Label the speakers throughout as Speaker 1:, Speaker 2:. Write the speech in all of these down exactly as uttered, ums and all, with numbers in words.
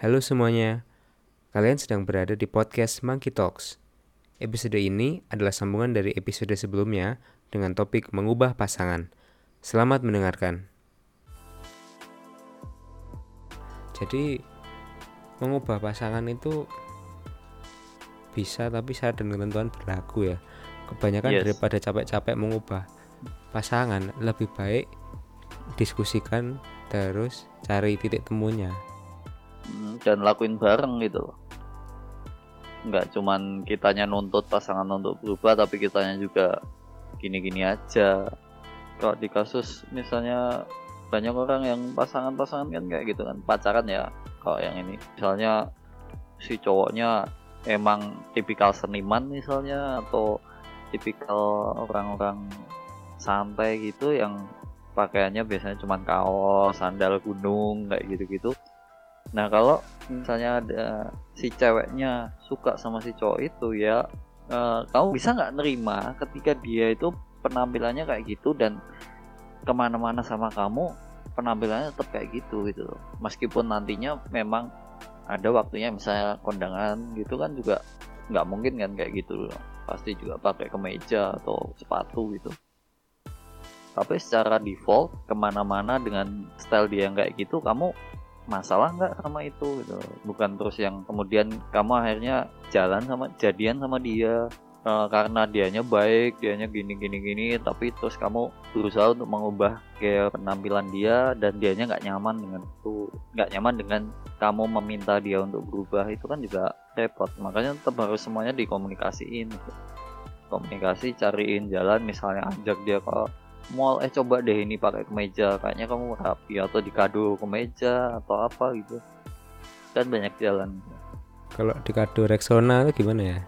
Speaker 1: Halo semuanya, kalian sedang berada di podcast Monkey Talks. Episode ini adalah sambungan dari episode sebelumnya dengan topik mengubah pasangan. Selamat mendengarkan. Jadi, mengubah pasangan itu bisa, tapi syarat dan ketentuan berlaku ya. Kebanyakan
Speaker 2: Yes.
Speaker 1: daripada capek-capek mengubah pasangan, lebih baik diskusikan terus cari titik temunya.
Speaker 2: Hmm, dan lakuin bareng gitu loh. Nggak cuman kitanya nuntut pasangan untuk berubah, tapi kitanya juga gini-gini aja. Kalau di kasus misalnya banyak orang yang pasangan-pasangan kan kayak gitu kan, pacaran ya. Kalau yang ini misalnya si cowoknya emang tipikal seniman misalnya, atau tipikal orang-orang santai gitu yang pakaiannya biasanya cuman kaos, sandal gunung kayak gitu-gitu. Nah kalau misalnya ada si ceweknya suka sama si cowok itu ya, eh, kamu bisa nggak nerima ketika dia itu penampilannya kayak gitu dan kemana-mana sama kamu penampilannya tetap kayak gitu gitu loh. Meskipun nantinya memang ada waktunya misalnya kondangan gitu kan, juga nggak mungkin kan kayak gitu loh. Pasti juga pakai kemeja atau sepatu gitu. Tapi secara default kemana-mana dengan style dia yang kayak gitu, kamu masalah nggak sama itu gitu. Bukan terus yang kemudian kamu akhirnya jalan sama jadian sama dia uh, karena dianya baik, dianya gini gini gini, tapi terus kamu berusaha untuk mengubah gaya penampilan dia dan dianya nggak nyaman dengan itu, nggak nyaman dengan kamu meminta dia untuk berubah. Itu kan juga repot. Makanya tetap harus semuanya dikomunikasiin gitu. Komunikasi, cariin jalan, misalnya ajak dia ke mall, eh coba deh ini pakai kemeja, kayaknya kamu rapi, atau dikado kemeja atau apa gitu kan, banyak jalan.
Speaker 1: Kalau di kado Rexona itu gimana ya?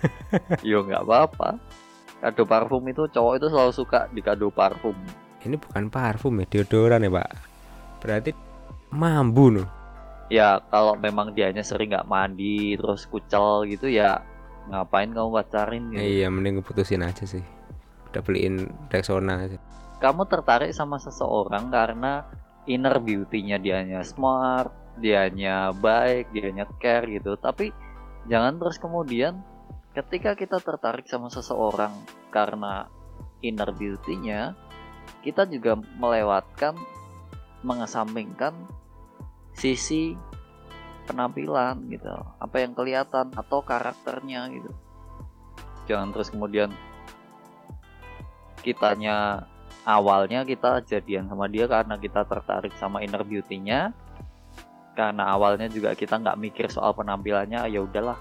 Speaker 2: Yo nggak apa-apa, kado parfum itu cowok itu selalu suka dikado parfum.
Speaker 1: Ini bukan parfum ya, deodoran ya pak. Berarti mambu loh.
Speaker 2: Ya kalau memang dianya sering nggak mandi terus kucel gitu ya, ngapain kamu pacarin gitu.
Speaker 1: Iya, mending keputusin aja sih, udah beliin Rexona aja.
Speaker 2: Kamu tertarik sama seseorang karena inner beauty-nya, dianya smart, dianya baik, dianya care gitu. Tapi jangan terus kemudian ketika kita tertarik sama seseorang karena inner beauty-nya, kita juga melewatkan, mengesampingkan sisi penampilan gitu, apa yang kelihatan atau karakternya gitu. Jangan terus kemudian kitanya awalnya kita jadian sama dia karena kita tertarik sama inner beauty-nya, karena awalnya juga kita nggak mikir soal penampilannya, ya udahlah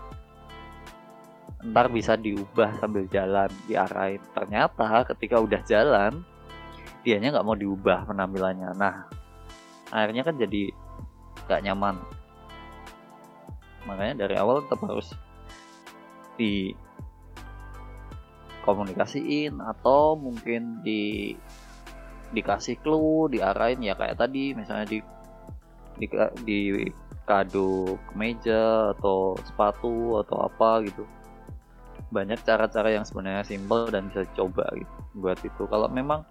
Speaker 2: ntar bisa diubah sambil jalan, diarahin. Ternyata ketika udah jalan dianya nggak mau diubah penampilannya, nah akhirnya kan jadi nggak nyaman. Makanya dari awal tetap harus di komunikasiin, atau mungkin di dikasih clue, diarahin ya kayak tadi misalnya di di, di kado kemeja atau sepatu atau apa gitu. Banyak cara-cara yang sebenarnya simple dan bisa coba gitu buat itu. Kalau memang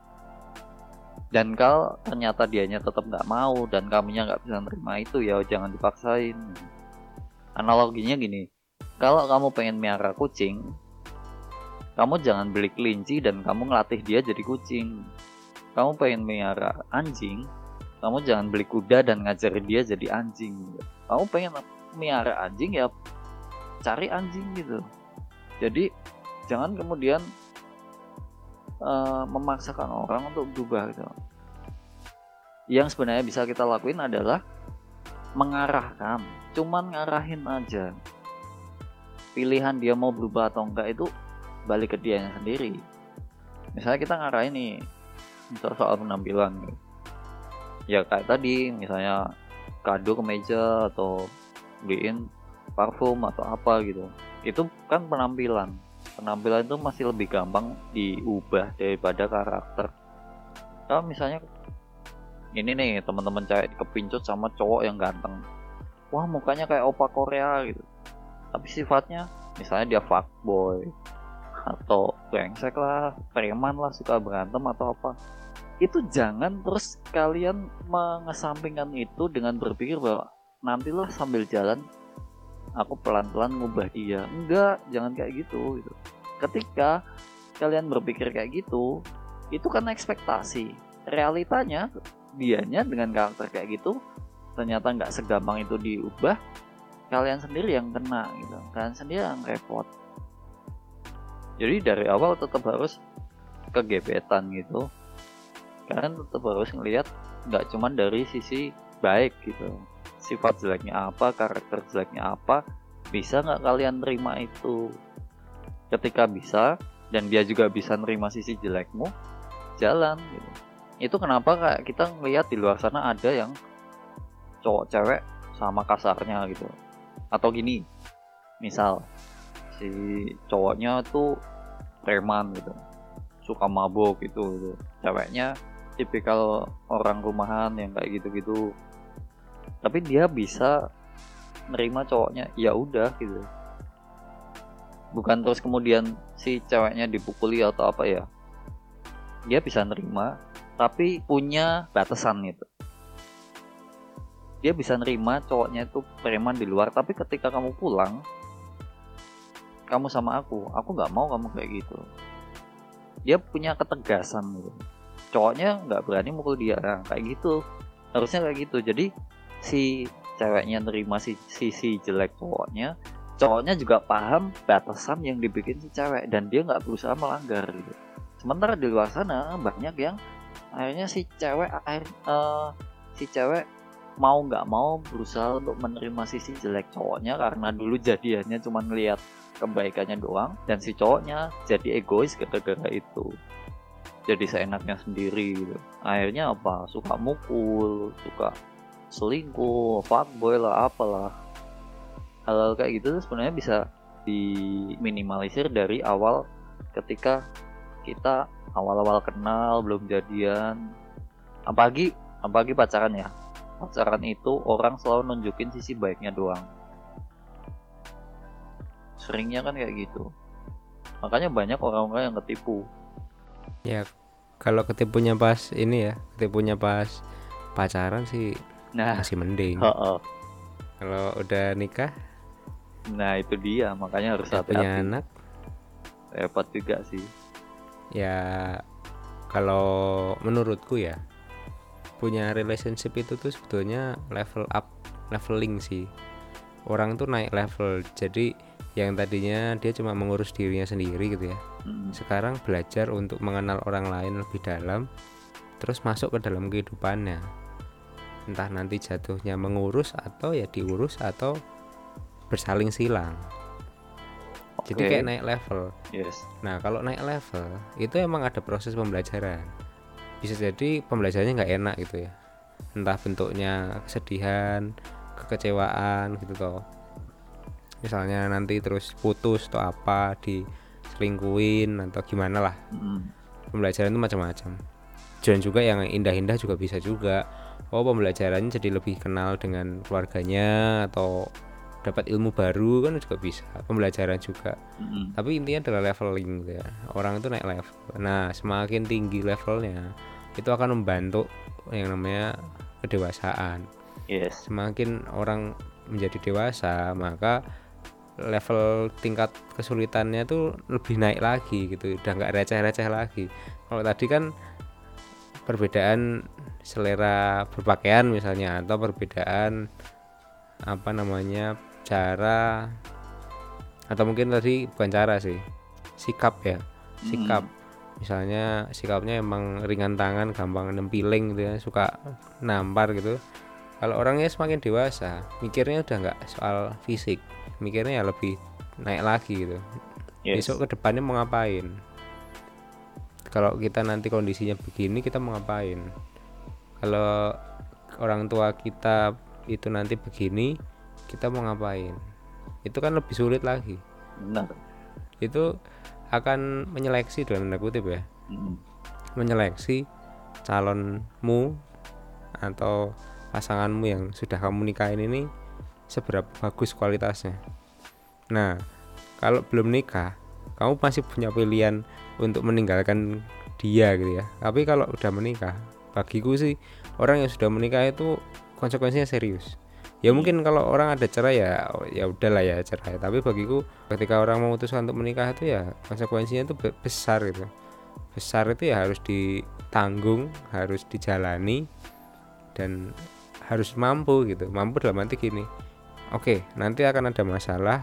Speaker 2: dan kalau ternyata dianya tetap nggak mau dan kamunya nggak bisa nerima itu, ya jangan dipaksain. Analoginya gini, kalau kamu pengen miara kucing, kamu jangan beli kelinci dan kamu ngelatih dia jadi kucing. Kamu pengen miara anjing, kamu jangan beli kuda dan ngajarin dia jadi anjing. Kamu pengen miara anjing, ya cari anjing gitu. Jadi jangan kemudian uh, memaksakan orang untuk berubah gitu. Yang sebenarnya bisa kita lakuin adalah mengarahkan, cuman ngarahin aja. Pilihan dia mau berubah atau enggak itu balik ke dianya sendiri. Misalnya kita ngarahin nih misal soal penampilan gitu. Ya kayak tadi misalnya kado kemeja atau beliin parfum atau apa gitu, itu kan penampilan. Penampilan itu masih lebih gampang diubah daripada karakter. Kalau misalnya ini nih teman-teman cewek kepincut sama cowok yang ganteng, wah mukanya kayak opa Korea gitu, tapi sifatnya misalnya dia fuckboy atau brengsek lah, preman lah, suka berantem atau apa, itu jangan terus kalian mengesampingkan itu dengan berpikir bahwa nantilah sambil jalan aku pelan-pelan ngubah dia. Enggak, jangan kayak gitu gitu. Ketika kalian berpikir kayak gitu, itu kan ekspektasi. Realitanya dianya dengan karakter kayak gitu ternyata nggak segampang itu diubah. Kalian sendiri yang kena gitu, kalian sendiri yang repot. Jadi dari awal tetap harus kegebetan gitu. Kalian tetap harus ngelihat nggak cuman dari sisi baik gitu, sifat jeleknya apa, karakter jeleknya apa, bisa nggak kalian terima itu. Ketika bisa dan dia juga bisa nerima sisi jelekmu, jalan gitu. Itu kenapa kayak kita ngelihat di luar sana ada yang cowok cewek sama kasarnya gitu. Atau gini, misal si cowoknya tuh preman gitu, suka mabuk gitu, gitu. Ceweknya tipikal orang rumahan yang kayak gitu-gitu, tapi dia bisa nerima cowoknya, ya udah gitu. Bukan terus kemudian si ceweknya dipukuli atau apa ya, dia bisa nerima tapi punya batasan gitu. Dia bisa nerima cowoknya itu preman di luar, tapi ketika kamu pulang, kamu sama aku, aku nggak mau kamu kayak gitu. Dia punya ketegasan gitu. Cowoknya nggak berani mukul dia, nah, kayak gitu. Harusnya kayak gitu. Jadi si ceweknya nerima si sisi jelek cowoknya, cowoknya juga paham batasan yang dibikin si cewek dan dia nggak berusaha melanggar gitu. Sementara di luar sana banyak yang akhirnya si cewek akhir uh, si cewek mau nggak mau berusaha untuk menerima sisi jelek cowoknya karena dulu jadiannya cuma ngelihat kebaikannya doang, dan si cowoknya jadi egois gara-gara itu, jadi seenaknya sendiri gitu. Akhirnya apa, suka mukul, suka selingkuh, fuckboy lah, apalah. Hal-hal kayak gitu sebenarnya bisa diminimalisir dari awal, ketika kita awal-awal kenal, belum jadian. Apalagi apalagi pacaran ya. Pacaran itu orang selalu nunjukin sisi baiknya doang. Seringnya kan kayak gitu. Makanya banyak orang-orang yang ketipu.
Speaker 1: Ya, kalau ketipunya pas ini ya, ketipunya pas pacaran sih nah, masih mending.
Speaker 2: Oh, oh.
Speaker 1: Kalau udah nikah,
Speaker 2: nah itu dia, makanya harus hati-hati.
Speaker 1: Punya anak,
Speaker 2: repot juga sih.
Speaker 1: Ya, kalau menurutku ya, punya relationship itu tuh sebetulnya level up, leveling sih. Orang tuh naik level. Jadi yang tadinya dia cuma mengurus dirinya sendiri gitu ya, hmm. sekarang belajar untuk mengenal orang lain lebih dalam, terus masuk ke dalam kehidupannya. Entah nanti jatuhnya mengurus atau ya diurus atau bersaling silang. Okay. Jadi kayak naik level.
Speaker 2: Yes.
Speaker 1: Nah kalau naik level itu emang ada proses pembelajaran. Bisa jadi pembelajarannya nggak enak gitu ya. Entah bentuknya kesedihan, kekecewaan gitu toh. Misalnya nanti terus putus atau apa, diselingkuin atau gimana lah. Mm. Pembelajaran itu macam-macam. Dan juga yang indah-indah juga bisa juga. Oh pembelajarannya jadi lebih kenal dengan keluarganya atau dapat ilmu baru kan juga bisa. Pembelajaran juga. Mm. Tapi intinya adalah leveling gitu ya. Orang itu naik level. Nah semakin tinggi levelnya itu akan membantu yang namanya kedewasaan.
Speaker 2: Yes.
Speaker 1: Semakin orang menjadi dewasa maka level tingkat kesulitannya tuh lebih naik lagi gitu, udah nggak receh-receh lagi. Kalau tadi kan perbedaan selera berpakaian misalnya, atau perbedaan apa namanya cara, atau mungkin tadi bukan cara sih, sikap ya, sikap. Hmm. Misalnya sikapnya emang ringan tangan, gampang nempiling gitu ya, suka nampar gitu. Kalau orangnya semakin dewasa, mikirnya udah nggak soal fisik, mikirnya ya lebih naik lagi gitu. Yes. Besok ke depannya mau ngapain? Kalau kita nanti kondisinya begini, kita mau ngapain? Kalau orang tua kita itu nanti begini, kita mau ngapain? Itu kan lebih sulit lagi.
Speaker 2: Benar.
Speaker 1: Itu akan menyeleksi dalam tanda kutip ya, mm-hmm. menyeleksi calonmu atau pasanganmu yang sudah kamu nikahin ini seberapa bagus kualitasnya. Nah, kalau belum nikah, kamu masih punya pilihan untuk meninggalkan dia gitu ya. Tapi kalau udah menikah, bagiku sih orang yang sudah menikah itu konsekuensinya serius. Ya mungkin kalau orang ada cerai ya ya udahlah ya cerai, tapi bagiku ketika orang memutuskan untuk menikah itu ya konsekuensinya itu be- besar gitu. Besar itu ya harus ditanggung, harus dijalani, dan harus mampu gitu. Mampu dalam arti gini, oke nanti akan ada masalah,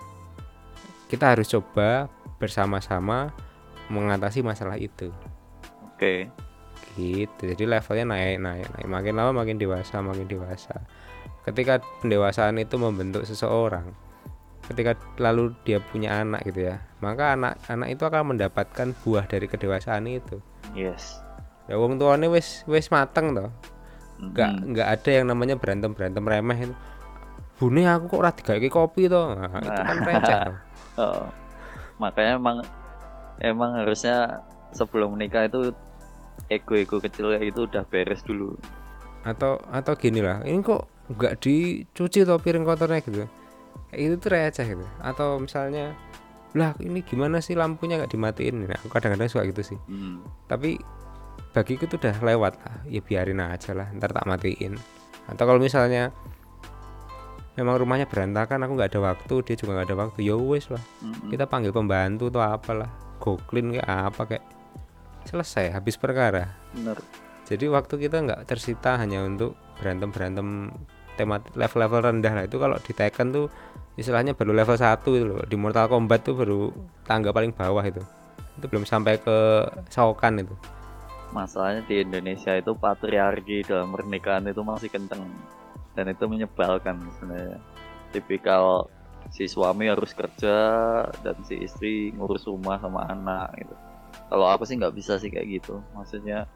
Speaker 1: kita harus coba bersama-sama mengatasi masalah itu.
Speaker 2: Oke.
Speaker 1: Gitu. Jadi levelnya naik naik naik makin lama makin dewasa makin dewasa. Ketika pendewasaan itu membentuk seseorang, ketika lalu dia punya anak gitu ya, maka anak-anak itu akan mendapatkan buah dari kedewasaan itu.
Speaker 2: Yes.
Speaker 1: Ya wong tuane wis wis mateng toh. Enggak
Speaker 2: Mm-mm.
Speaker 1: enggak ada yang namanya berantem-berantem remeh itu. Bune aku kok ora digawe kopi toh. Nah, itu kan receh toh.
Speaker 2: Oh, makanya emang emang harusnya sebelum menikah itu ego-ego kecil kayak itu udah beres dulu.
Speaker 1: Atau atau gini lah, ini kok enggak dicuci toh piring kotornya gitu. Kayak itu tuh receh gitu. Atau misalnya lah ini gimana sih lampunya nggak dimatiin. Nah, aku kadang-kadang suka gitu sih.
Speaker 2: Hmm.
Speaker 1: Tapi bagiku tuh udah lewat lah, ya biarin aja lah, ntar tak matiin. Atau kalau misalnya memang rumahnya berantakan, aku nggak ada waktu, dia juga nggak ada waktu, ya wes lah,
Speaker 2: Mm-mm.
Speaker 1: kita panggil pembantu atau apalah, go clean kayak apa kayak, selesai, habis perkara.
Speaker 2: Bener.
Speaker 1: Jadi waktu kita nggak tersita hanya untuk berantem berantem tema level-level rendah lah. Itu kalau di Tekken tuh istilahnya baru level satu itu loh. Di Mortal Kombat tuh baru tangga paling bawah itu. Itu belum sampai ke Shao Kahn itu.
Speaker 2: Masalahnya di Indonesia itu patriarki dalam pernikahan itu masih kenceng dan itu menyebalkan sebenarnya. Tipikal si suami harus kerja dan si istri ngurus rumah sama anak gitu. Kalau aku sih nggak bisa sih kayak gitu. Maksudnya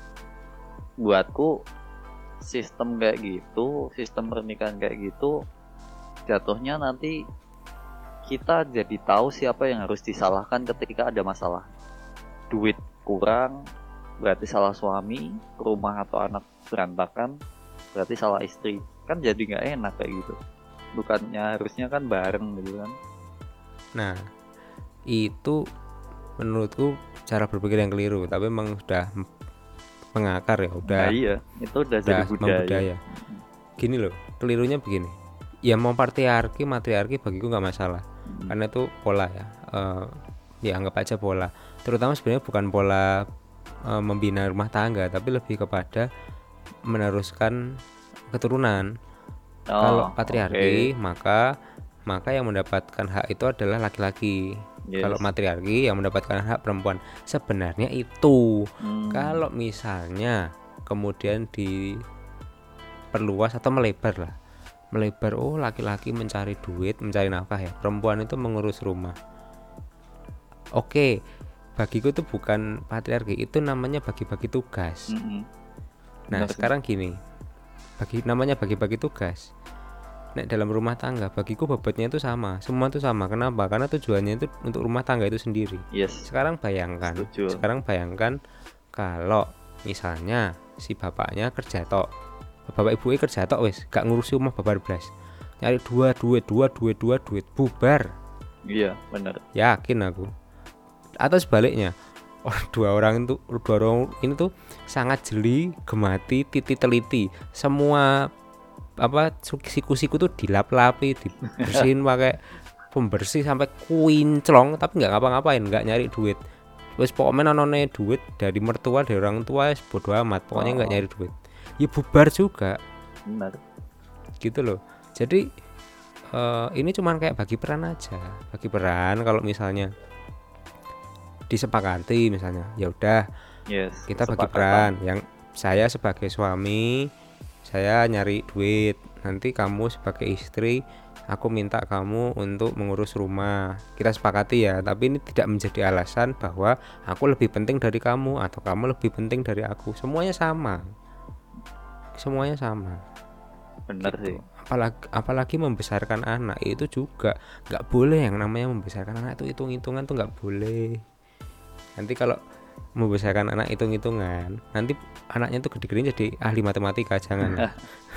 Speaker 2: buatku sistem kayak gitu, sistem pernikahan kayak gitu jatuhnya nanti kita jadi tahu siapa yang harus disalahkan ketika ada masalah. Duit kurang berarti salah suami, rumah atau anak berantakan berarti salah istri. Kan jadi nggak enak kayak gitu. Bukannya harusnya kan bareng gitu kan.
Speaker 1: Nah, itu menurutku cara berpikir yang keliru, tapi memang sudah mengakar ya, udah.
Speaker 2: Nah, iya, itu udah
Speaker 1: udah
Speaker 2: jadi budaya.
Speaker 1: budaya. Gini loh, kelirunya begini. Ya mau patriarki, matriarki bagiku nggak masalah,
Speaker 2: Hmm.
Speaker 1: karena itu pola ya. Eh, ya anggap aja pola. Terutama sebenarnya bukan pola eh, membina rumah tangga, tapi lebih kepada meneruskan keturunan.
Speaker 2: Oh,
Speaker 1: Kalau patriarki,
Speaker 2: oke.
Speaker 1: maka maka yang mendapatkan hak itu adalah laki-laki.
Speaker 2: Yes.
Speaker 1: Kalau matriarki yang mendapatkan hak perempuan. Sebenarnya itu.
Speaker 2: Hmm.
Speaker 1: Kalau misalnya kemudian diperluas atau melebar lah, melebar, oh laki-laki mencari duit, mencari nafkah ya, perempuan itu mengurus rumah. Oke, bagiku itu bukan patriarki, itu namanya bagi-bagi tugas.
Speaker 2: Mm-mm.
Speaker 1: Nah
Speaker 2: Benar sih.
Speaker 1: sekarang gini, bagi namanya bagi-bagi tugas. Nek dalam rumah tangga bagiku bobotnya itu sama, semua itu sama. Kenapa? Karena tujuannya itu untuk rumah tangga itu sendiri.
Speaker 2: Yes.
Speaker 1: Sekarang bayangkan,
Speaker 2: Setuju.
Speaker 1: sekarang bayangkan kalau misalnya si bapaknya kerja tok, bapak ibunya kerja tok wes, gak ngurusi rumah babar blas, nyari dua duit, dua duit, dua duit, bubar.
Speaker 2: Iya, benar.
Speaker 1: Yakin aku. Atau sebaliknya, oh, dua orang itu, dua orang ini tuh sangat jeli, gemati, titi teliti, semua apa siku-siku tuh dilap-lapi, dibersihin pakai pembersih sampai kuinclong, tapi nggak ngapa-ngapain, nggak nyari duit. Wes pokoknya nonone duit dari mertua, dari orang tua, wes bodo amat, pokoknya nggak
Speaker 2: Oh.
Speaker 1: nyari duit. Ya bubar juga,
Speaker 2: Benar.
Speaker 1: gitu loh. Jadi eh, ini cuman kayak bagi peran aja, bagi peran. Kalau misalnya disepakati, misalnya, ya udah
Speaker 2: Yes.
Speaker 1: kita bagi
Speaker 2: kesepakatan.
Speaker 1: peran. Yang saya sebagai suami, saya nyari duit, nanti kamu sebagai istri, aku minta kamu untuk mengurus rumah. Kita sepakati ya, tapi ini tidak menjadi alasan bahwa aku lebih penting dari kamu atau kamu lebih penting dari aku. Semuanya sama, semuanya sama.
Speaker 2: Benar sih.
Speaker 1: Apalagi, apalagi membesarkan anak itu juga nggak boleh. Yang namanya membesarkan anak itu hitung-hitungan tuh nggak boleh. Nanti kalau membesarkan anak hitung-hitungan, nanti anaknya tuh gede-gede jadi ahli matematika, jangan.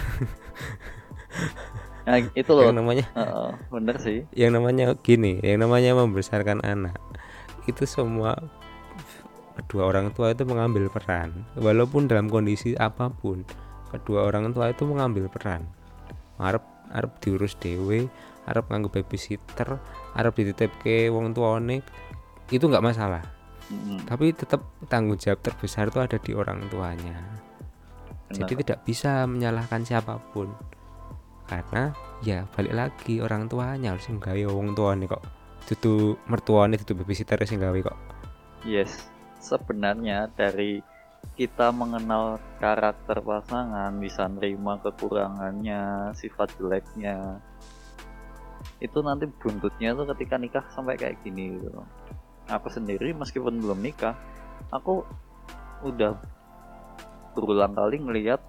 Speaker 2: Nah, itu loh.
Speaker 1: Yang namanya
Speaker 2: Uh, bener sih.
Speaker 1: yang namanya gini, yang namanya membesarkan anak itu semua kedua orang tua itu mengambil peran, walaupun dalam kondisi apapun kedua orang tua itu mengambil peran. arep arep diurus dhewe, arep nganggo babysitter, arep dititipke wong tuane, itu nggak masalah.
Speaker 2: Mm-mm.
Speaker 1: Tapi tetap tanggung jawab terbesar itu ada di orang tuanya.
Speaker 2: Benar.
Speaker 1: Jadi tidak bisa menyalahkan siapapun, karena ya balik lagi orang tuanya harus nggawe wong tuane kok, dudu mertuane, dudu babysitter sing gawe kok.
Speaker 2: Yes, sebenarnya dari kita mengenal karakter pasangan, bisa nerima kekurangannya, sifat jeleknya, itu nanti buntutnya tuh ketika nikah sampai kayak gini gitu. Aku sendiri meskipun belum nikah, aku udah berulang kali ngelihat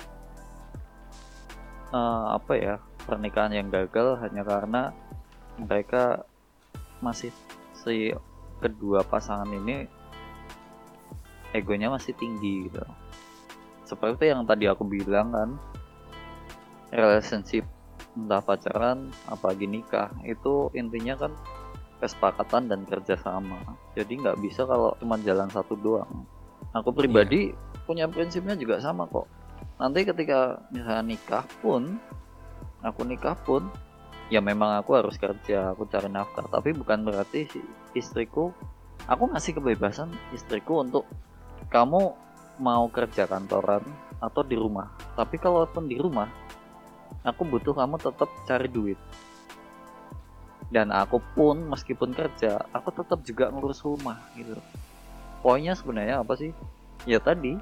Speaker 2: uh, apa ya pernikahan yang gagal hanya karena mereka masih si kedua pasangan ini egonya masih tinggi gitu. Seperti yang tadi aku bilang kan, relationship entah pacaran apalagi nikah itu intinya kan kesepakatan dan kerjasama. Jadi nggak bisa kalau cuma jalan satu doang. Aku pribadi yeah. punya prinsipnya juga sama kok. Nanti ketika misalnya nikah pun, aku nikah pun, ya memang aku harus kerja, aku cari nafkah. Tapi bukan berarti si istriku, aku ngasih kebebasan istriku untuk kamu mau kerja kantoran atau di rumah. Tapi kalaupun di rumah, aku butuh kamu tetap cari duit. Dan aku pun meskipun kerja, aku tetap juga ngurus rumah gitu. Poinnya sebenarnya apa sih? Ya tadi,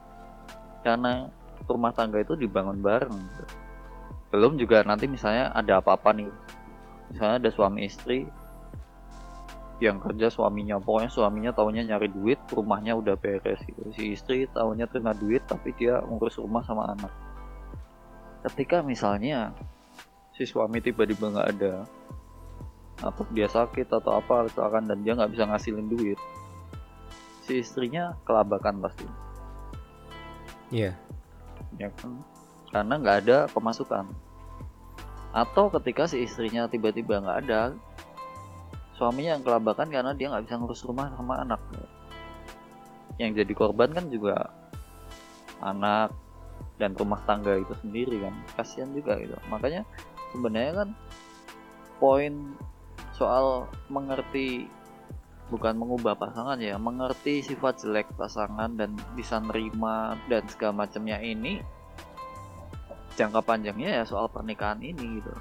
Speaker 2: karena rumah tangga itu dibangun bareng gitu. Belum juga nanti misalnya ada apa-apa nih, misalnya ada suami istri yang kerja, suaminya pokoknya suaminya taunya nyari duit, rumahnya udah beres gitu. Si istri taunya terima duit tapi dia ngurus rumah sama anak. Ketika misalnya si suami tiba-tiba nggak ada, atau dia sakit atau apa kecelakaan dan dia nggak bisa ngasilin duit, si istrinya kelabakan pasti.
Speaker 1: Iya.
Speaker 2: Yeah. Ya kan? Karena nggak ada pemasukan. Atau ketika si istrinya tiba-tiba nggak ada, suaminya yang kelabakan karena dia nggak bisa ngurus rumah sama anak. Yang jadi korban kan juga anak dan rumah tangga itu sendiri kan. Kasihan juga gitu. Makanya sebenarnya kan poin soal mengerti, bukan mengubah pasangan ya, mengerti sifat jelek pasangan dan bisa nerima dan segala macamnya ini jangka panjangnya ya soal pernikahan ini gitu.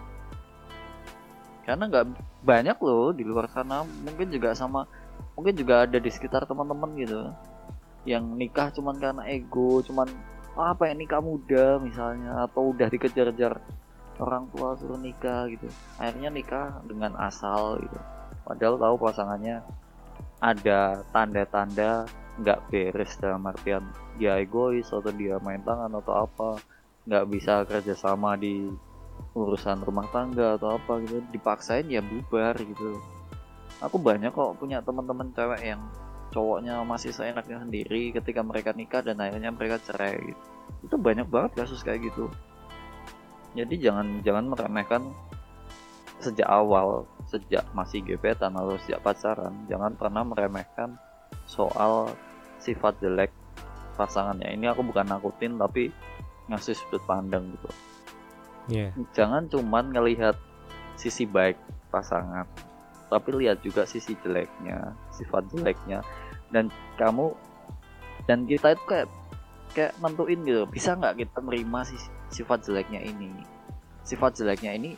Speaker 2: Karena nggak banyak loh di luar sana, mungkin juga sama, mungkin juga ada di sekitar teman-teman gitu yang nikah cuman karena ego, cuman ah, apa yang nikah muda misalnya, atau udah dikejar-kejar orang tua suruh nikah gitu, akhirnya nikah dengan asal gitu, padahal tahu pasangannya ada tanda-tanda nggak beres, dalam artian dia egois atau dia main tangan atau apa, nggak bisa kerjasama di urusan rumah tangga atau apa gitu, dipaksain ya bubar gitu. Aku banyak kok punya teman-teman cewek yang cowoknya masih seenaknya sendiri ketika mereka nikah dan akhirnya mereka cerai gitu. Itu banyak banget kasus kayak gitu. Jadi jangan jangan meremehkan sejak awal, sejak masih gebetan atau sejak pacaran, jangan pernah meremehkan soal sifat jelek pasangannya. Ini aku bukan nakutin tapi ngasih sudut pandang gitu.
Speaker 1: Yeah.
Speaker 2: Jangan cuman ngelihat sisi baik pasangan, tapi lihat juga sisi jeleknya, sifat jeleknya, dan kamu dan kita itu kayak kayak nentuin gitu, bisa nggak kita menerima si sifat jeleknya ini, sifat jeleknya ini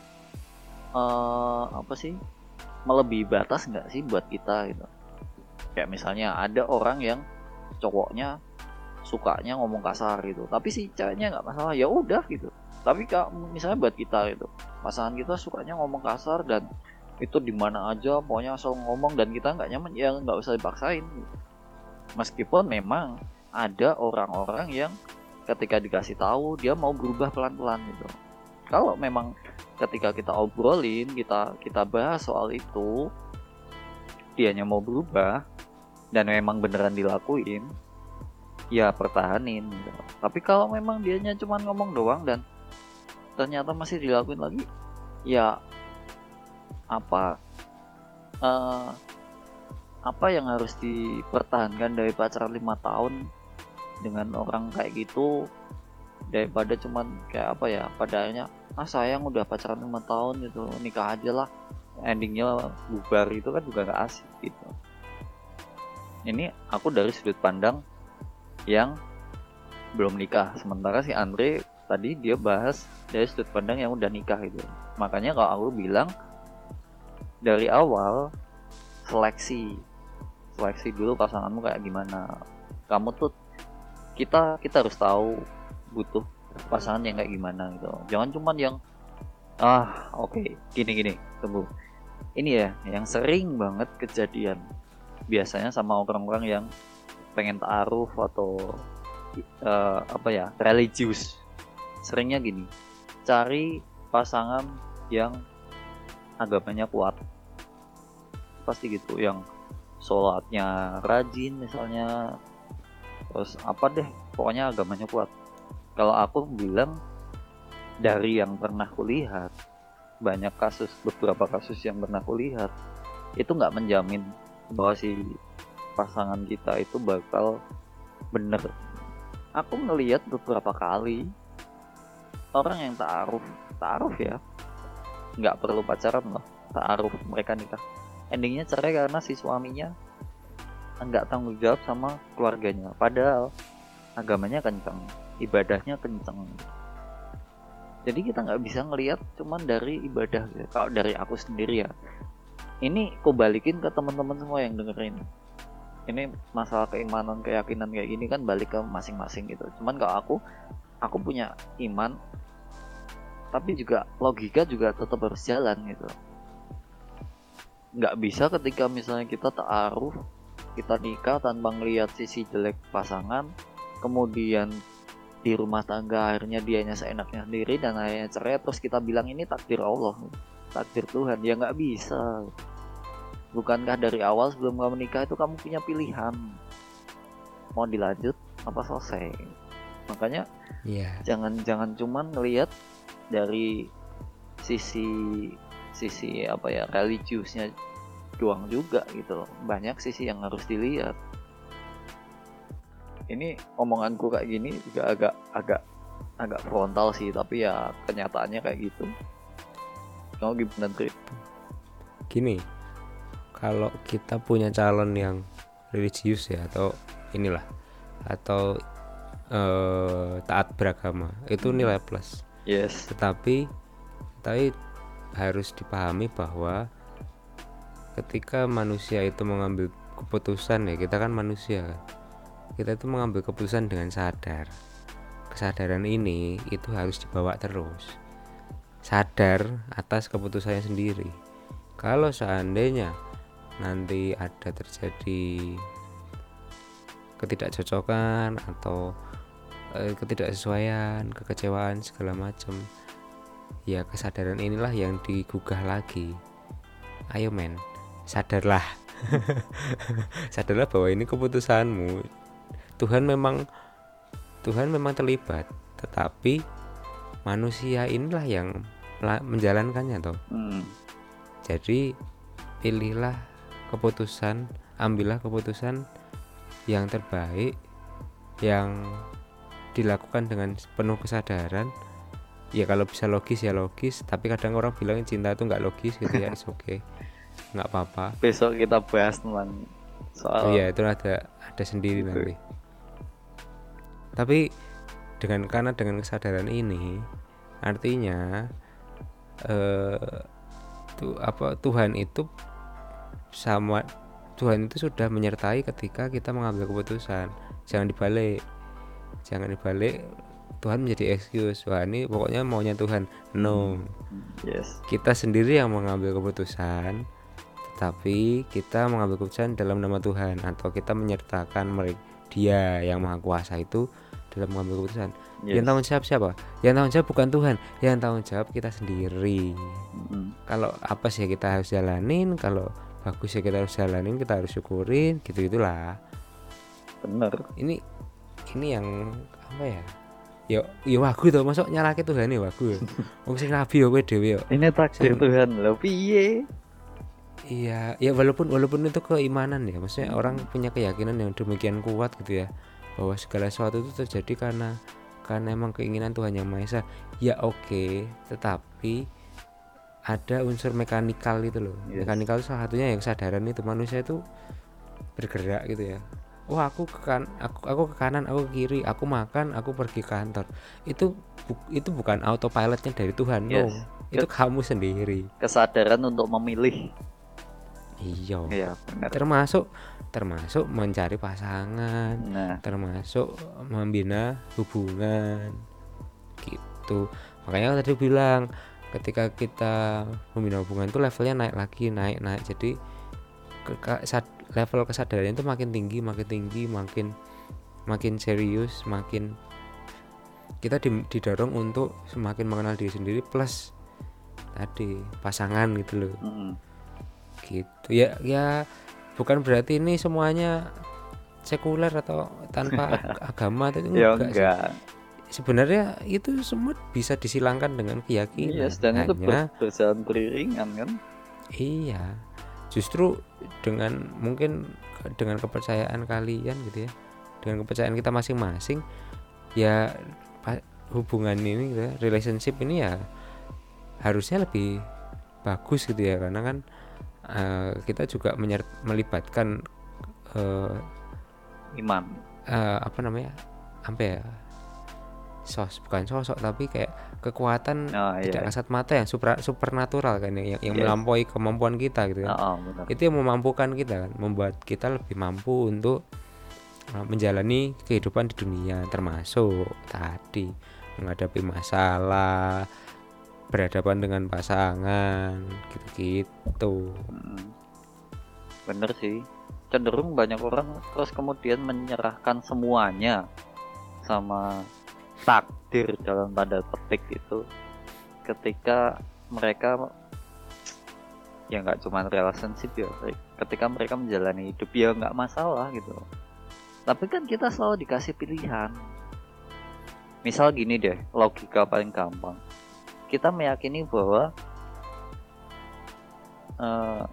Speaker 2: uh, apa sih, melebihi batas nggak sih buat kita gitu. Kayak misalnya ada orang yang cowoknya sukanya ngomong kasar gitu, tapi si ceweknya nggak masalah, ya udah gitu. Tapi kak misalnya buat kita gitu, pasangan kita sukanya ngomong kasar dan itu di mana aja pokoknya asal ngomong dan kita nggak nyaman, ya nggak usah dipaksain gitu. Meskipun memang ada orang-orang yang ketika dikasih tahu dia mau berubah pelan-pelan gitu. Kalau memang ketika kita obrolin, kita kita bahas soal itu, dianya mau berubah dan memang beneran dilakuin, ya pertahanin gitu. Tapi kalau memang dianya cuma ngomong doang dan ternyata masih dilakuin lagi, ya apa uh, apa yang harus dipertahankan dari pacaran lima tahun dengan orang kayak gitu, daripada cuman kayak apa ya, pada akhirnya ah sayang udah pacaran lima tahun gitu, nikah aja lah, endingnya bubar, itu kan juga gak asik gitu. Ini aku dari sudut pandang yang belum nikah, sementara si Andre tadi dia bahas dari sudut pandang yang udah nikah gitu. Makanya kalau aku bilang dari awal seleksi seleksi dulu pasanganmu kayak gimana. Kamu tuh kita kita harus tahu butuh pasangan yang kayak gimana gitu. Jangan cuman yang ah oke okay, gini gini tunggu ini ya yang sering banget kejadian biasanya sama orang-orang yang pengen ta'aruf atau uh, apa ya religius. Seringnya gini, cari pasangan yang agamanya kuat, pasti gitu, yang sholatnya rajin misalnya, terus apa deh pokoknya agamanya kuat. Kalau aku bilang dari yang pernah kulihat, banyak kasus, beberapa kasus yang pernah kulihat itu nggak menjamin bahwa si pasangan kita itu bakal bener. Aku ngelihat beberapa kali orang yang ta'aruf ta'aruf ya, nggak perlu pacaran loh, ta'aruf mereka nikah, endingnya cerai karena si suaminya nggak tanggung jawab sama keluarganya, padahal agamanya kenceng, ibadahnya kenceng. Jadi kita nggak bisa ngelihat cuman dari ibadah gitu. Kalau dari aku sendiri ya, ini aku balikin ke teman-teman semua yang dengerin. Ini masalah keimanan, keyakinan kayak gini kan balik ke masing-masing gitu. Cuman kalau aku, aku punya iman, tapi juga logika juga tetap harus jalan gitu. Nggak bisa ketika misalnya kita ta'aruf, kita nikah tanpa ngelihat sisi jelek pasangan, kemudian di rumah tangga akhirnya dianya seenaknya sendiri dan akhirnya cerai, terus kita bilang ini takdir Allah, takdir Tuhan. Ya nggak bisa. Bukankah dari awal sebelum kamu menikah itu kamu punya pilihan mau dilanjut apa selesai? Makanya yeah. jangan jangan cuman ngelihat dari sisi sisi apa ya religiusnya doang juga gitu loh. Banyak sisi yang harus dilihat. Ini omonganku kayak gini juga agak agak agak frontal sih, tapi ya kenyataannya kayak gitu. Kamu gimana, Tri?
Speaker 1: Gini, kalau kita punya calon yang religius ya, atau inilah, atau eh, taat beragama, itu nilai plus.
Speaker 2: Yes.
Speaker 1: Tetapi, tapi harus dipahami bahwa ketika manusia itu mengambil keputusan, ya kita kan manusia, kita itu mengambil keputusan dengan sadar. Kesadaran ini itu harus dibawa terus, sadar atas keputusannya sendiri. Kalau seandainya nanti ada terjadi ketidakcocokan atau eh, ketidaksesuaian, kekecewaan segala macam, ya kesadaran inilah yang digugah lagi. Ayo men, sadarlah. Sadarlah bahwa ini keputusanmu. Tuhan memang Tuhan memang terlibat, tetapi manusia inilah yang menjalankannya toh. Hmm. Jadi pilihlah keputusan, ambillah keputusan yang terbaik, yang dilakukan dengan penuh kesadaran. Ya kalau bisa logis ya logis, tapi kadang orang bilang cinta itu nggak logis gitu ya, oke, okay. Nggak apa-apa.
Speaker 2: Besok kita bahas tentang soal.
Speaker 1: Oh iya, itu ada ada sendiri gitu. Nanti. Tapi dengan karena dengan kesadaran ini, artinya eh, tuh apa Tuhan itu sama Tuhan itu sudah menyertai ketika kita mengambil keputusan. Jangan dibalik, jangan dibalik. Tuhan menjadi excuse, wah ini pokoknya maunya Tuhan. No,
Speaker 2: yes.
Speaker 1: Kita sendiri yang mengambil keputusan, tetapi kita mengambil keputusan dalam nama Tuhan, atau kita menyertakan mereka, Dia yang Maha Kuasa itu dalam mengambil keputusan. Yes. Yang tanggung jawab siapa? Yang tanggung jawab bukan Tuhan, yang tanggung jawab kita sendiri. Mm-hmm. Kalau apa sih kita harus jalanin, kalau bagus ya kita harus jalanin, kita harus syukurin, gitu-gitulah.
Speaker 2: Bener.
Speaker 1: Ini ini yang apa ya? Yo, yo wagu to, masuk nyalake Tuhan e wagu. Wong sing nabi yo kowe dhewe yo.
Speaker 2: Ini takdir Tuhan lho piye?
Speaker 1: Iya, ya walaupun walaupun itu keimanan ya, maksudnya hmm. orang punya keyakinan yang demikian kuat gitu ya, bahwa segala sesuatu itu terjadi karena karena emang keinginan Tuhan Yang Maha Esa, ya oke, tetapi ada unsur mekanikal itu loh.
Speaker 2: Yes.
Speaker 1: Mekanikal itu salah satunya yang kesadaran itu, manusia itu bergerak gitu ya. Wah, aku ke kan aku aku ke kanan, aku ke kiri, aku makan, aku pergi kantor. Itu bu- itu bukan autopilotnya dari Tuhan,
Speaker 2: Yes.
Speaker 1: no. Itu kamu sendiri.
Speaker 2: Kesadaran untuk memilih.
Speaker 1: Iya.
Speaker 2: Iya, benar.
Speaker 1: Termasuk termasuk mencari pasangan,
Speaker 2: Nah,
Speaker 1: termasuk membina hubungan gitu. Makanya aku tadi bilang ketika kita membina hubungan itu levelnya naik lagi, naik naik. Jadi ke, ke- sad- level kesadaran itu makin tinggi, makin tinggi, makin makin serius, makin kita di- didorong untuk semakin mengenal diri sendiri plus tadi pasangan gitu loh.
Speaker 2: mm,
Speaker 1: Gitu ya, ya bukan berarti ini semuanya sekuler atau tanpa ag- agama itu
Speaker 2: ya
Speaker 1: enggak sih.
Speaker 2: enggak.
Speaker 1: Sebenarnya itu semua bisa disilangkan dengan keyakinan.
Speaker 2: Yes, dan itu
Speaker 1: Hanya
Speaker 2: ber- berjalan beriringan kan.
Speaker 1: iya, justru dengan mungkin ke- dengan kepercayaan kalian gitu ya, dengan kepercayaan kita masing-masing, ya pa- hubungan ini gitu ya, relationship ini ya harusnya lebih bagus gitu ya, karena kan eh, kita juga menyer- melibatkan eh,
Speaker 2: Iman.
Speaker 1: eh, apa namanya, apa ya, sos bukan sosok tapi kayak kekuatan
Speaker 2: Oh,
Speaker 1: tidak
Speaker 2: iya.
Speaker 1: kasat mata yang super supernatural kan, yang, yang
Speaker 2: Yes.
Speaker 1: melampaui kemampuan kita gitu kan.
Speaker 2: Oh, benar.
Speaker 1: Itu yang memampukan kita kan, membuat kita lebih mampu untuk uh, menjalani kehidupan di dunia, termasuk tadi menghadapi masalah, berhadapan dengan pasangan gitu-gitu.
Speaker 2: Mm, bener sih. Cenderung banyak orang terus kemudian menyerahkan semuanya sama takdir dalam tanda petik itu ketika mereka ya nggak cuma relationship ya, ketika mereka menjalani hidup ya nggak masalah gitu. Tapi kan kita selalu dikasih pilihan. Misal gini deh, logika paling gampang. Kita meyakini bahwa uh,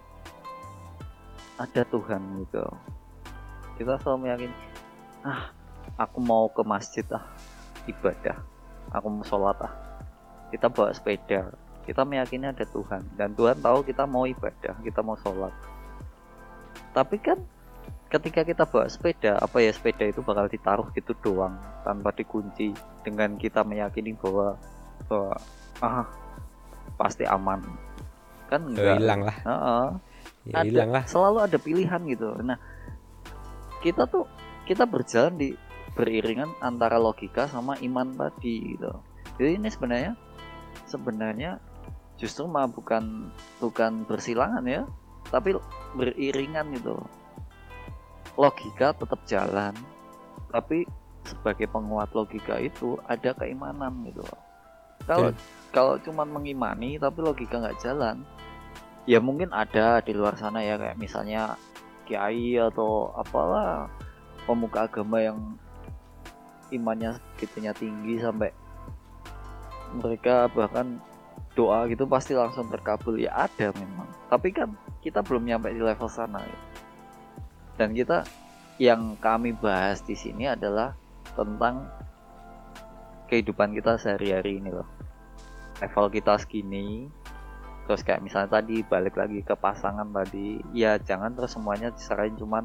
Speaker 2: ada Tuhan gitu. Kita selalu meyakini, ah, aku mau ke masjid ah, ibadah. Aku mau sholat ah. Kita bawa sepeda. Kita meyakini ada Tuhan dan Tuhan tahu kita mau ibadah, kita mau sholat. Tapi kan ketika kita bawa sepeda, apa ya, sepeda itu bakal ditaruh gitu doang tanpa dikunci dengan kita meyakini bahwa bahwa ah pasti aman. Kan
Speaker 1: Ya
Speaker 2: enggak.
Speaker 1: hilang lah,
Speaker 2: Heeh.
Speaker 1: ya
Speaker 2: Ada-
Speaker 1: hilang lah.
Speaker 2: Selalu ada pilihan gitu. Nah, kita tuh kita berjalan di beriringan antara logika sama iman tadi gitu. Jadi ini sebenarnya sebenarnya justru mah bukan bukan bersilangan ya, tapi beriringan gitu. Logika tetap jalan, tapi sebagai penguat logika itu ada keimanan gitu. Kalau kalau cuma mengimani tapi logika nggak jalan, ya mungkin ada di luar sana ya, kayak misalnya kiai atau apalah pemuka agama yang imannya segitunya tinggi sampai mereka bahkan doa gitu pasti langsung terkabul, ya ada memang. Tapi kan kita belum nyampe di level sana ya. Dan kita yang kami bahas di sini adalah tentang kehidupan kita sehari-hari ini loh. Level kita segini, terus kayak misalnya tadi balik lagi ke pasangan tadi, ya jangan terus semuanya diserahin cuman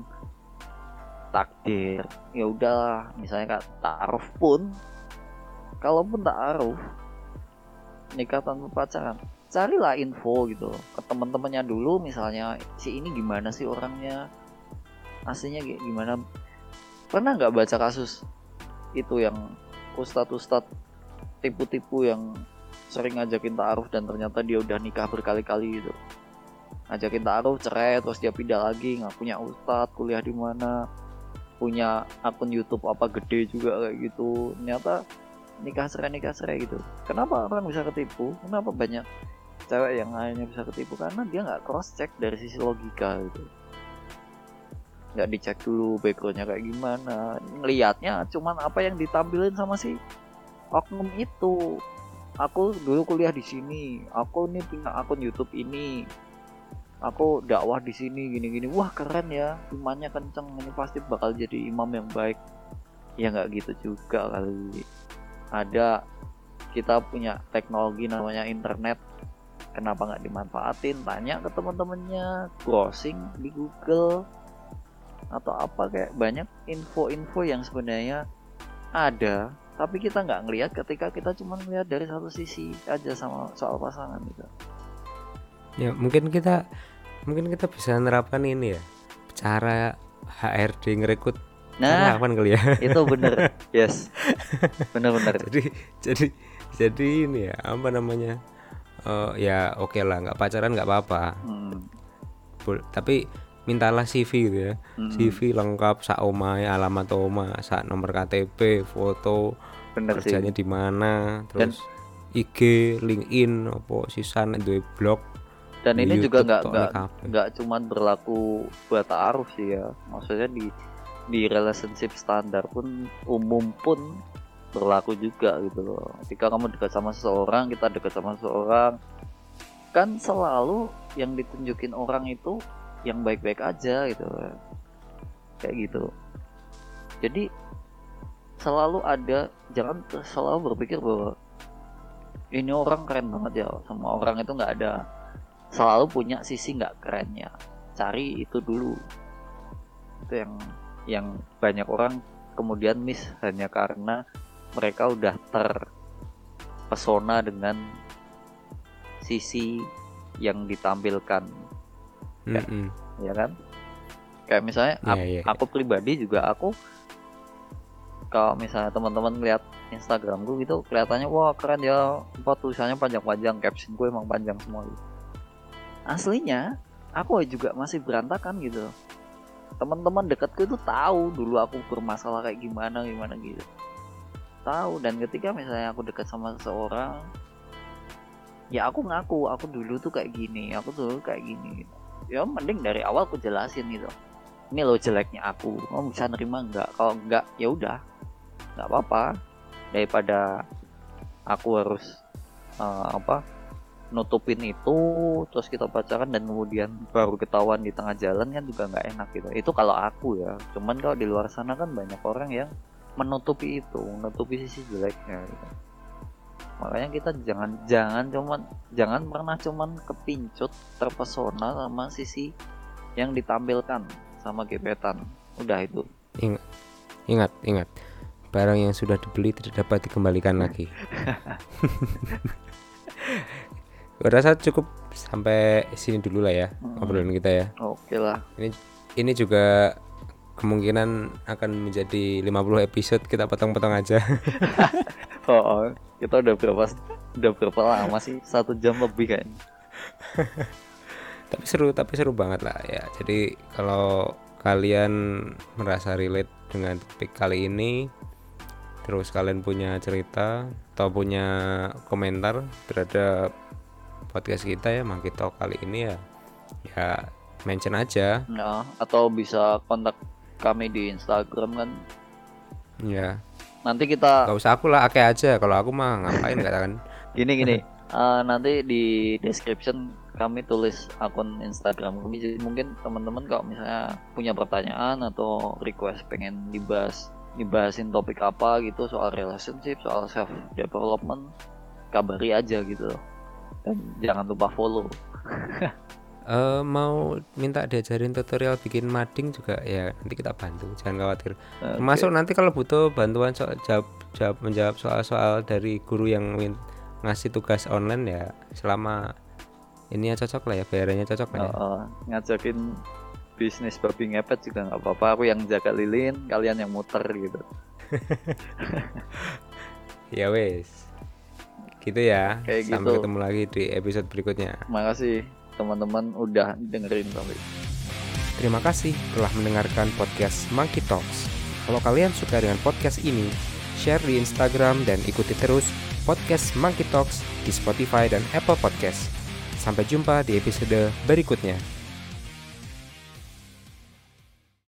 Speaker 2: takdir. Ya udahlah, misalnya kayak ta'aruf pun, kalaupun ta'aruf nikah tanpa pacaran, carilah info gitu ke teman-temannya dulu, misalnya si ini gimana sih orangnya, aslinya kayak gimana. Pernah nggak baca kasus itu yang ustadz-ustadz tipu-tipu yang sering ngajakin ta'aruf dan ternyata dia udah nikah berkali-kali gitu. Ngajakin ta'aruf, cerai, terus dia pindah lagi, nggak punya ustadz, kuliah di mana, punya akun YouTube apa gede juga kayak gitu. Ternyata nikah cerai nikah cerai gitu. Kenapa orang bisa ketipu? Kenapa banyak cewek yang akhirnya bisa ketipu? Karena dia nggak cross check dari sisi logika gitu. Nggak dicek dulu backgroundnya kayak gimana. Ngelihatnya cuman apa yang ditampilin sama si oknum itu. Aku dulu kuliah di sini, aku nih punya akun YouTube ini, aku dakwah di sini gini-gini. Wah keren ya, imannya kenceng, ini pasti bakal jadi imam yang baik. Ya nggak gitu juga kali. ada kita punya teknologi namanya internet, kenapa nggak dimanfaatin? Tanya ke teman-temannya, browsing di Google atau apa, kayak banyak info-info yang sebenarnya ada tapi kita nggak ngelihat ketika kita cuma ngelihat dari satu sisi aja sama soal pasangan gitu.
Speaker 1: Ya mungkin kita mungkin kita bisa nerapkan ini ya, cara H R D ngerekrut
Speaker 2: Nah,
Speaker 1: karyawan kali ya.
Speaker 2: itu bener, yes, bener-bener.
Speaker 1: jadi jadi jadi ini ya apa namanya, uh, ya oke okay lah, nggak pacaran nggak apa-apa,
Speaker 2: Hmm.
Speaker 1: Bul- tapi mintalah C V gitu ya,
Speaker 2: Hmm.
Speaker 1: C V lengkap, sak omahe, alamat omah, sak nomor K T P, foto,
Speaker 2: Bener sih.
Speaker 1: kerjanya di mana,
Speaker 2: Dan
Speaker 1: terus I G, LinkedIn, apa sisan duwe blog.
Speaker 2: dan
Speaker 1: di
Speaker 2: ini juga
Speaker 1: YouTube
Speaker 2: nggak
Speaker 1: tok
Speaker 2: nggak
Speaker 1: nih kabeh.
Speaker 2: nggak cuman berlaku buat ta'aruf sih ya, maksudnya di di relationship standar pun, umum pun berlaku juga gitu loh. Ketika kamu dekat sama seseorang, kita dekat sama seseorang, kan selalu yang ditunjukin orang itu yang baik-baik aja gitu, kayak gitu. Jadi selalu ada, jangan selalu berpikir bahwa ini orang keren banget ya, sama orang itu nggak ada, selalu punya sisi nggak kerennya. Cari itu dulu, itu yang yang banyak orang kemudian miss hanya karena mereka udah terpesona dengan sisi yang ditampilkan.
Speaker 1: Mm-mm.
Speaker 2: Ya kan, kayak misalnya
Speaker 1: Iya,
Speaker 2: ap-
Speaker 1: iya.
Speaker 2: aku pribadi juga, aku kalau misalnya teman-teman lihat Instagramku gitu kelihatannya wah keren ya, apa tulisannya panjang-panjang, captionku emang panjang semua gitu. Aslinya aku juga masih berantakan gitu. Teman-teman dekatku itu tahu dulu aku bermasalah kayak gimana gimana gitu, tahu. Dan ketika misalnya aku dekat sama seseorang, ya aku ngaku aku dulu tuh kayak gini, aku dulu kayak gini gitu. Ya mending dari awal aku jelasin gitu, ini lo jeleknya aku, kamu bisa nerima nggak? Kalau nggak ya udah nggak apa-apa, daripada aku harus uh, apa nutupin itu terus kita pacaran dan kemudian baru ketahuan di tengah jalan, kan juga nggak enak gitu. Itu kalau aku ya. Cuman kalau di luar sana kan banyak orang yang menutupi itu, menutupi sisi jeleknya gitu. Makanya kita jangan jangan cuman jangan pernah cuman kepincut, terpesona sama sisi yang ditampilkan sama gebetan. Udah itu.
Speaker 1: Ingat, ingat, ingat. Barang yang sudah dibeli tidak dapat dikembalikan lagi. Gue rasa cukup sampai sini dulu lah ya
Speaker 2: Hmm.
Speaker 1: obrolan kita ya.
Speaker 2: Oke lah.
Speaker 1: Ini ini juga kemungkinan akan menjadi lima puluh episode, kita potong-potong aja.
Speaker 2: Oh, kita udah berapa udah berapa lama sih? Satu jam lebih kayaknya.
Speaker 1: Tapi seru, tapi seru banget lah ya. Jadi kalau kalian merasa relate dengan topik kali ini, terus kalian punya cerita atau punya komentar terhadap podcast kita ya, Monkey Talk kali ini ya, ya mention aja.
Speaker 2: Nah, atau bisa kontak kami di Instagram kan.
Speaker 1: Ya,
Speaker 2: Nanti kita
Speaker 1: nggak usah aku lah, Ake aja. Kalau aku mah ngapain nggak kan?
Speaker 2: gini gini. uh, nanti di description kami tulis akun Instagram kami. Jadi mungkin teman-teman kalau misalnya punya pertanyaan atau request pengen dibahas dibahasin topik apa gitu soal relationship, soal self development, kabari aja gitu. Dan jangan lupa follow.
Speaker 1: Uh, mau minta diajarin tutorial bikin mading juga ya, nanti kita bantu, jangan khawatir.
Speaker 2: Okay.
Speaker 1: Termasuk nanti kalau butuh bantuan soal jawab, jawab menjawab soal-soal dari guru yang min- ngasih tugas online ya, selama ini ya cocok lah ya, bayarannya cocok lah ya.
Speaker 2: Uh, uh, ngajakin bisnis babi ngepet juga nggak apa-apa. Aku yang jaga lilin, kalian yang muter gitu.
Speaker 1: Ya wes, gitu ya.
Speaker 2: Kayak
Speaker 1: Sampai
Speaker 2: gitu.
Speaker 1: ketemu lagi di episode berikutnya.
Speaker 2: Makasih teman-teman udah dengerin sampai.
Speaker 1: Terima kasih telah mendengarkan podcast Monkey Talks. Kalau kalian suka dengan podcast ini, share di Instagram dan ikuti terus podcast Monkey Talks di Spotify dan Apple Podcast. Sampai jumpa di episode berikutnya.